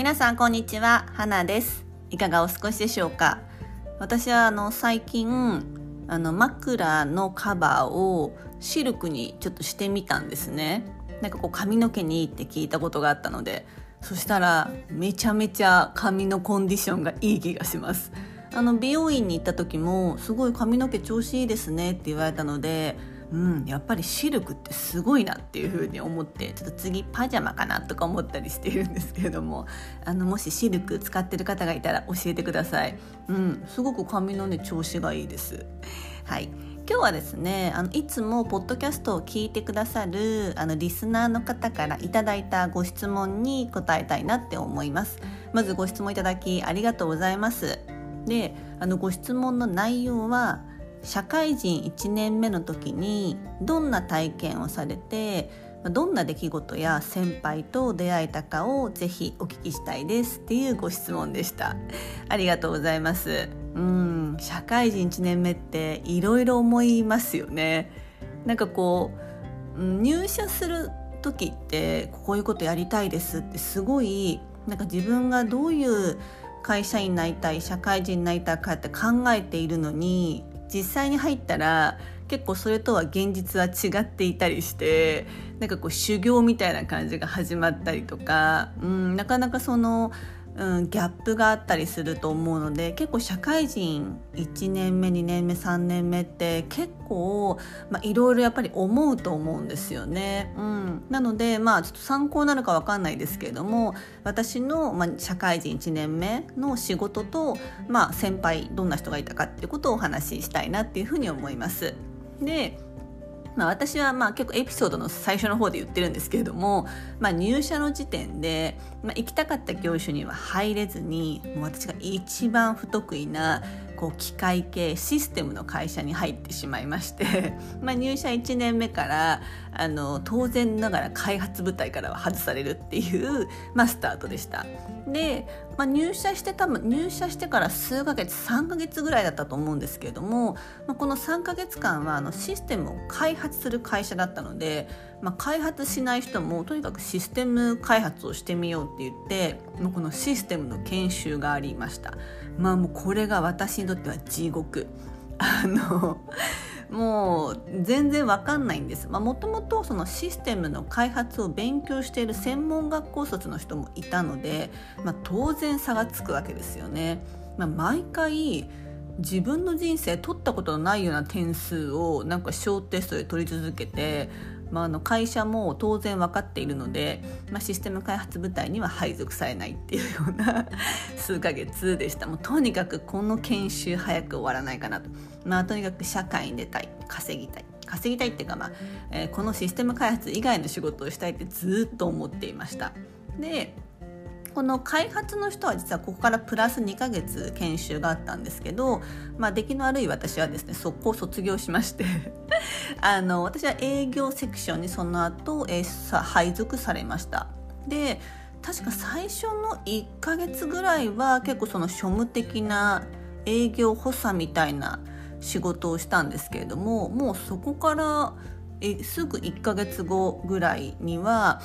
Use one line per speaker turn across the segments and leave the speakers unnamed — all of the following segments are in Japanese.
皆さんこんにちは、花です。いかがお過ごしでしょうか。私は最近枕のカバーをシルクにちょっとしてみたんですね。なんか髪の毛にいいって聞いたことがあったので、そしたらめちゃめちゃ髪のコンディションがいい気がします。美容院に行った時もすごい髪の毛調子いいですねって言われたので、やっぱりシルクってすごいなっていう風に思って、ちょっと次パジャマかなとか思ったりしているんですけれども、もしシルク使ってる方がいたら教えてください。すごく髪の調子がいいです。はい、今日はですね、いつもポッドキャストを聞いてくださるリスナーの方からいただいたご質問に答えたいなって思います。まずご質問いただきありがとうございます。で、ご質問の内容は、社会人1年目の時にどんな体験をされて、どんな出来事や先輩と出会えたかをぜひお聞きしたいですっていうご質問でした。ありがとうございます。社会人1年目っていろいろ思いますよね。なんか入社する時ってこういうことやりたいですってすごいなんか自分がどういう会社員になりたい、社会人になりたいかって考えているのに、実際に入ったら結構それとは現実は違っていたりして、なんか修行みたいな感じが始まったりとか、なかなかギャップがあったりすると思うので、結構社会人1年目2年目3年目って結構いろいろやっぱり思うと思うんですよね。なのでちょっと参考になるか分かんないですけれども、私の社会人1年目の仕事と先輩どんな人がいたかっていうことをお話ししたいなっていうふうに思います。で、私は結構エピソードの最初の方で言ってるんですけれども、入社の時点で、行きたかった業種には入れずに、もう私が一番不得意な機械系システムの会社に入ってしまいまして入社1年目から当然ながら開発部隊からは外されるっていうスタートでした。で、入社してから数ヶ月3ヶ月ぐらいだったと思うんですけれども、この3ヶ月間はシステムを開発する会社だったので、開発しない人もとにかくシステム開発をしてみようって言って、もうこのシステムの研修がありました。もうこれが私にとっては地獄。もう全然わかんないんです。もともとそのシステムの開発を勉強している専門学校卒の人もいたので、当然差がつくわけですよね。毎回自分の人生取ったことのないような点数をなんか小テストで取り続けて、会社も当然分かっているので、システム開発部隊には配属されないっていうような数ヶ月でした。もうとにかくこの研修早く終わらないかなと、とにかく社会に出たい、稼ぎたいっていうか、このシステム開発以外の仕事をしたいってずっと思っていました。で、この開発の人は実はここからプラス2ヶ月研修があったんですけど、出来の悪い私はですね、速攻卒業しまして私は営業セクションにその後、配属されました。で、確か最初の1ヶ月ぐらいは結構その庶務的な営業補佐みたいな仕事をしたんですけれども、もうそこからすぐ1ヶ月後ぐらいには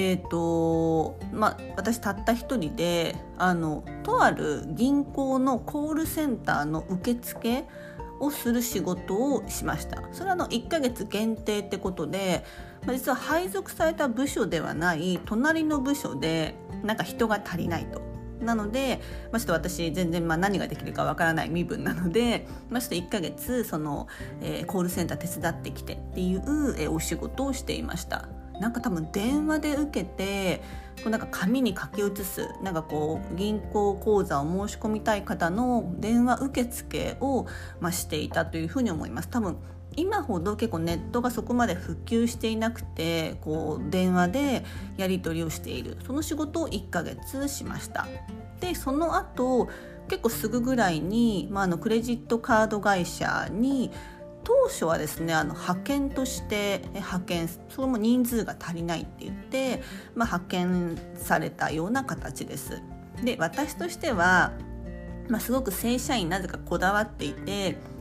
私たった一人でとある銀行のコールセンターの受付をする仕事をしました。それは1ヶ月限定ってことで、実は配属された部署ではない隣の部署でなんか人が足りないと。なので、ちょっと私全然何ができるかわからない身分なので、ちょっと1ヶ月コールセンター手伝ってきてっていう、お仕事をしていました。なんか多分電話で受けてなんか紙に書き写す銀行口座を申し込みたい方の電話受付を、していたというふうに思います。多分今ほど結構ネットがそこまで普及していなくて電話でやり取りをしている、その仕事を1ヶ月しました。で、その後結構すぐぐらいに、クレジットカード会社に当初はですね、派遣としてそれも人数が足りないって言って、派遣されたような形です。で、私としては、すごく正社員なぜかこだわっていて、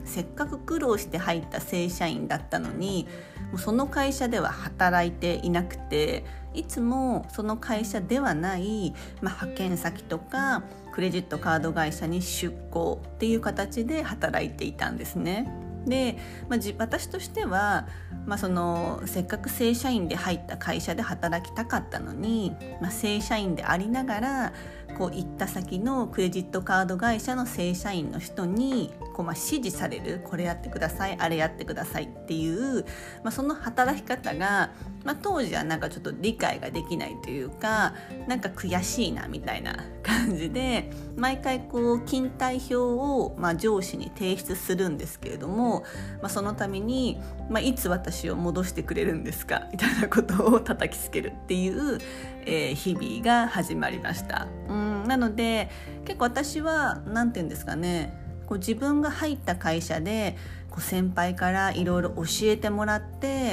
せっかく苦労して入った正社員だったのに、もうその会社では働いていなくて、いつもその会社ではない、派遣先とかクレジットカード会社に出向っていう形で働いていたんですね。で、私としては、そのせっかく正社員で入った会社で働きたかったのに、正社員でありながら行った先のクレジットカード会社の正社員の人に指示される、これやってください、あれやってくださいっていう、その働き方が、当時はちょっと理解ができないというか、悔しいなみたいな感じで、毎回勤怠表を上司に提出するんですけれども、そのために、いつ私を戻してくれるんですかみたいなことを叩きつけるっていう、日々が始まりました。なので結構私はなんていうんですかね、自分が入った会社で先輩からいろいろ教えてもらって、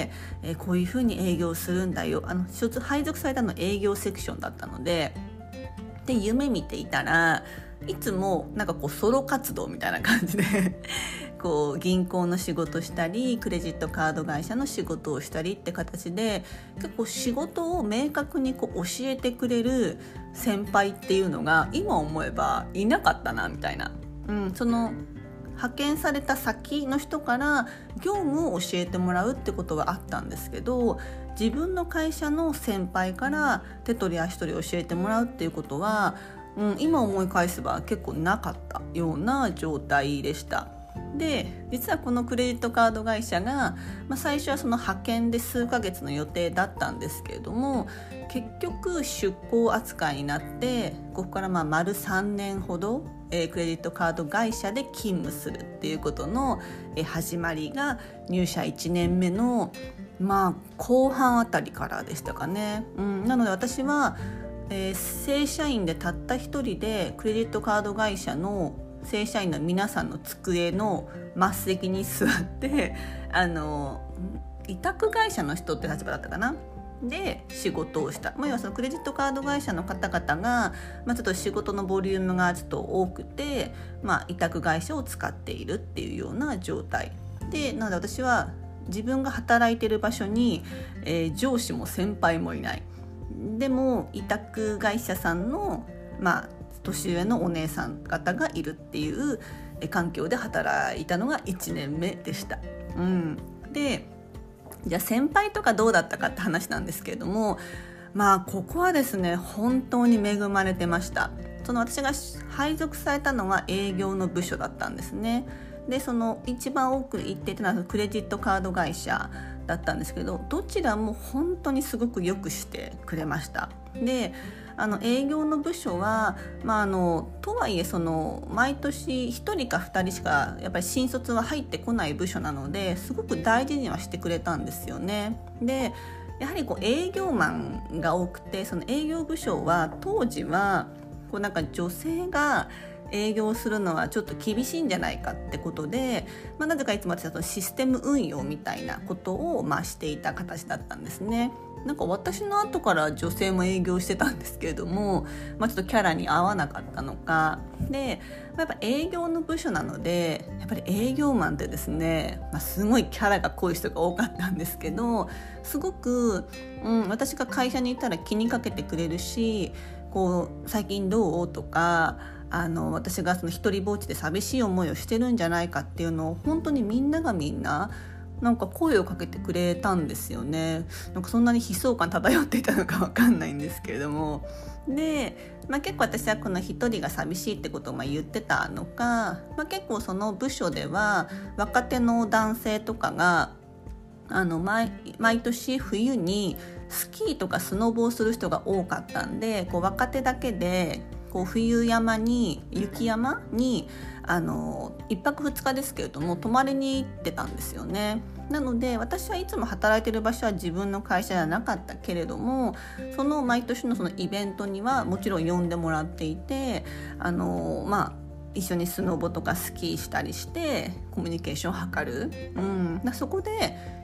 こういうふうに営業するんだよ、配属されたの営業セクションだったので、夢見ていたらいつもソロ活動みたいな感じで銀行の仕事したりクレジットカード会社の仕事をしたりって形で、結構仕事を明確に教えてくれる先輩っていうのが今思えばいなかったなみたいな、その派遣された先の人から業務を教えてもらうってことはあったんですけど、自分の会社の先輩から手取り足取り教えてもらうっていうことは、今思い返せば結構なかったような状態でした。で、実はこのクレジットカード会社が、最初はその派遣で数ヶ月の予定だったんですけれども、結局出向扱いになって、ここから丸3年ほど、クレジットカード会社で勤務するっていうことの、始まりが入社1年目の後半あたりからでしたかね。なので私は、正社員でたった一人でクレジットカード会社の正社員の皆さんの机の末席に座って委託会社の人って立場だったかなで仕事をした、要はそのクレジットカード会社の方々が、ちょっと仕事のボリュームがちょっと多くて、委託会社を使っているっていうような状態で、なので私は自分が働いている場所に、上司も先輩もいない、でも委託会社さんの年上のお姉さん方がいるっていう環境で働いたのが1年目でした。で、じゃあ先輩とかどうだったかって話なんですけれども、ここはですね本当に恵まれてました。その私が配属されたのは営業の部署だったんですね。で、その一番多く行っていたのはクレジットカード会社だったんですけど、どちらも本当にすごくよくしてくれました。で、営業の部署は、とはいえその毎年1人か2人しかやっぱり新卒は入ってこない部署なので、すごく大事にはしてくれたんですよね。で、やはり営業マンが多くて、その営業部署は当時は女性が営業するのはちょっと厳しいんじゃないかってことで、なぜかいつも私はシステム運用みたいなことをしていた形だったんですね。私の後から女性も営業してたんですけれども、ちょっとキャラに合わなかったのかで、やっぱ営業の部署なので、やっぱり営業マンってですね、すごいキャラが濃い人が多かったんですけど、すごく、私が会社にいたら気にかけてくれるし、最近どうとか、私がその一人ぼっちで寂しい思いをしてるんじゃないかっていうのを本当にみんながみんな声をかけてくれたんですよね。そんなに悲壮感漂っていたのか分かんないんですけれども、で、結構私はこの一人が寂しいってことを言ってたのか、結構その部署では若手の男性とかが毎年冬にスキーとかスノボをする人が多かったんで、若手だけで冬山に雪山に1泊2日ですけれども泊まりに行ってたんですよね。なので私はいつも働いてる場所は自分の会社じゃなかったけれども、その毎年のそのイベントにはもちろん呼んでもらっていて、一緒にスノボとかスキーしたりしてコミュニケーションを図る、そこで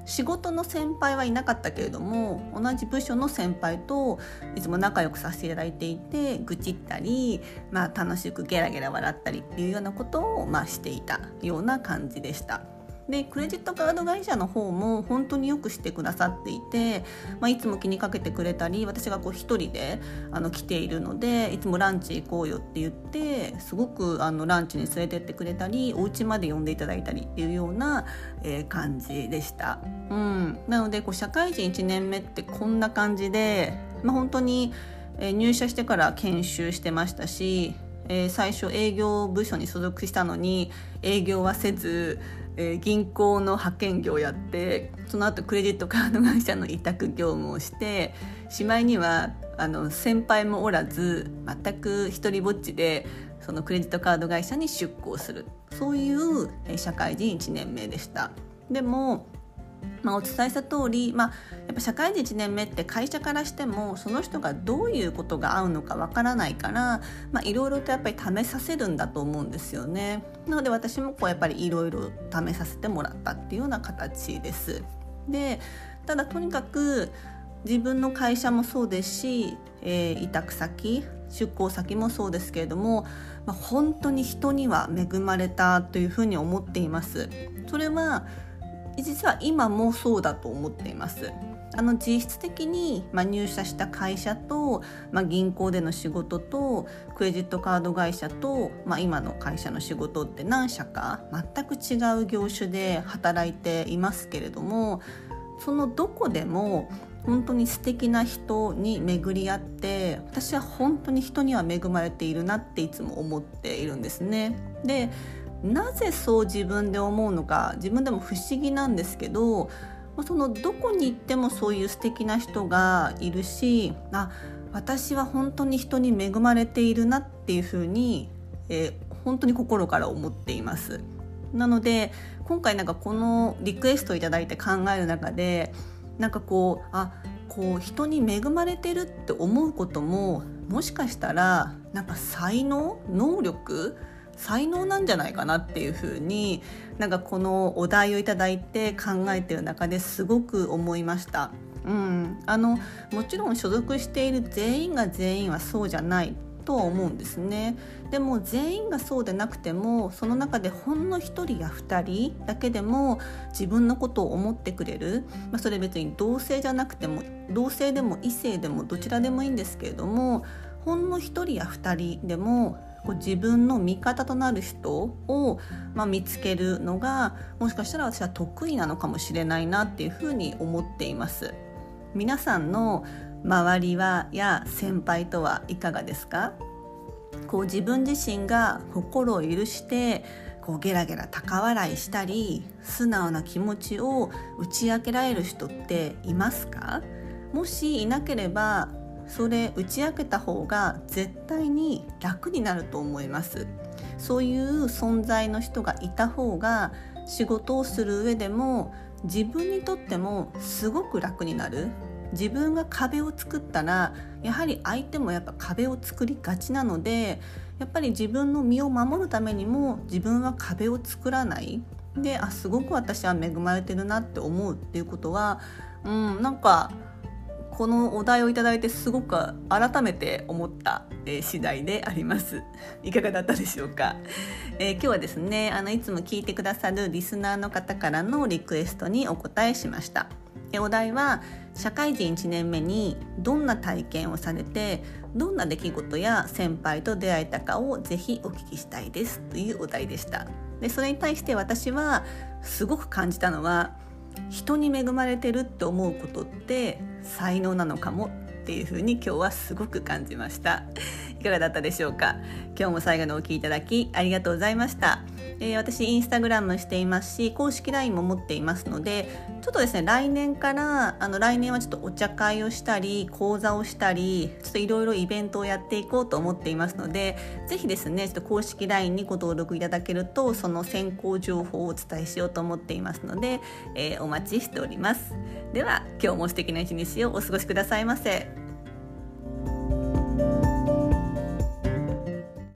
仕事の先輩はいなかったけれども、同じ部署の先輩といつも仲良くさせていただいていて、愚痴ったり、楽しくゲラゲラ笑ったりっていうようなことをしていたような感じでした。でクレジットカード会社の方も本当によくしてくださっていて、いつも気にかけてくれたり、私が一人で来ているのでいつもランチ行こうよって言ってすごくランチに連れてってくれたり、お家まで呼んでいただいたりっていうような、感じでした。なので社会人1年目ってこんな感じで、本当に入社してから研修してましたし、最初営業部署に所属したのに営業はせず、銀行の派遣業をやって、その後クレジットカード会社の委託業務をして、しまいには先輩もおらず全く一人ぼっちでそのクレジットカード会社に出向する、そういう社会人1年目でした。でもお伝えした通り、やっぱ社会人1年目って会社からしてもその人がどういうことが合うのかわからないから、いろいろとやっぱり試させるんだと思うんですよね。なので私もやっぱりいろいろ試させてもらったっていうような形です。でただとにかく自分の会社もそうですし、委託先出向先もそうですけれども、本当に人には恵まれたというふうに思っています。それは実は今もそうだと思っています。実質的に、入社した会社と、銀行での仕事とクレジットカード会社と、今の会社の仕事って何社か全く違う業種で働いていますけれども、そのどこでも本当に素敵な人に巡り合って、私は本当に人には恵まれているなっていつも思っているんですね。でなぜそう自分で思うのか自分でも不思議なんですけど、そのどこに行ってもそういう素敵な人がいるし、私は本当に人に恵まれているなっていうふうに、本当に心から思っています。なので今回このリクエストをいただいて考える中で、人に恵まれてるって思うことももしかしたら才能なんじゃないかなっていうふうにこのお題をいただいて考えている中ですごく思いました。もちろん所属している全員が全員はそうじゃないとは思うんですね。でも全員がそうでなくても、その中でほんの1人や2人だけでも自分のことを思ってくれる、それ別に同性じゃなくても、同性でも異性でもどちらでもいいんですけれども、ほんの1人や2人でも自分の味方となる人を、見つけるのがもしかしたら私は得意なのかもしれないなっていうふうに思っています。皆さんの周りや先輩とはいかがですか？自分自身が心を許してゲラゲラ高笑いしたり素直な気持ちを打ち明けられる人っていますか？もしいなければそれ打ち明けた方が絶対に楽になると思います。そういう存在の人がいた方が仕事をする上でも自分にとってもすごく楽になる。自分が壁を作ったらやはり相手も壁を作りがちなので、やっぱり自分の身を守るためにも自分は壁を作らないですごく私は恵まれてるなって思うっていうことは、このお題をいただいてすごく改めて思った、次第であります。いかがだったでしょうか。今日はですね、いつも聞いてくださるリスナーの方からのリクエストにお答えしました。お題は社会人1年目にどんな体験をされて、どんな出来事や先輩と出会えたかをぜひお聞きしたいですというお題でした。でそれに対して私はすごく感じたのは、人に恵まれてるって思うことって才能なのかもっていうふうに今日はすごく感じました。いかがだったでしょうか。今日も最後のお聞きいただきありがとうございました。私インスタグラムしていますし、公式 LINE も持っていますので、ちょっとですね来年から来年はちょっとお茶会をしたり講座をしたり、ちょっといろいろイベントをやっていこうと思っていますので、ぜひですねちょっと公式 LINE にご登録いただけるとその先行情報をお伝えしようと思っていますので、お待ちしております。では今日も素敵な一日をお過ごしくださいませ。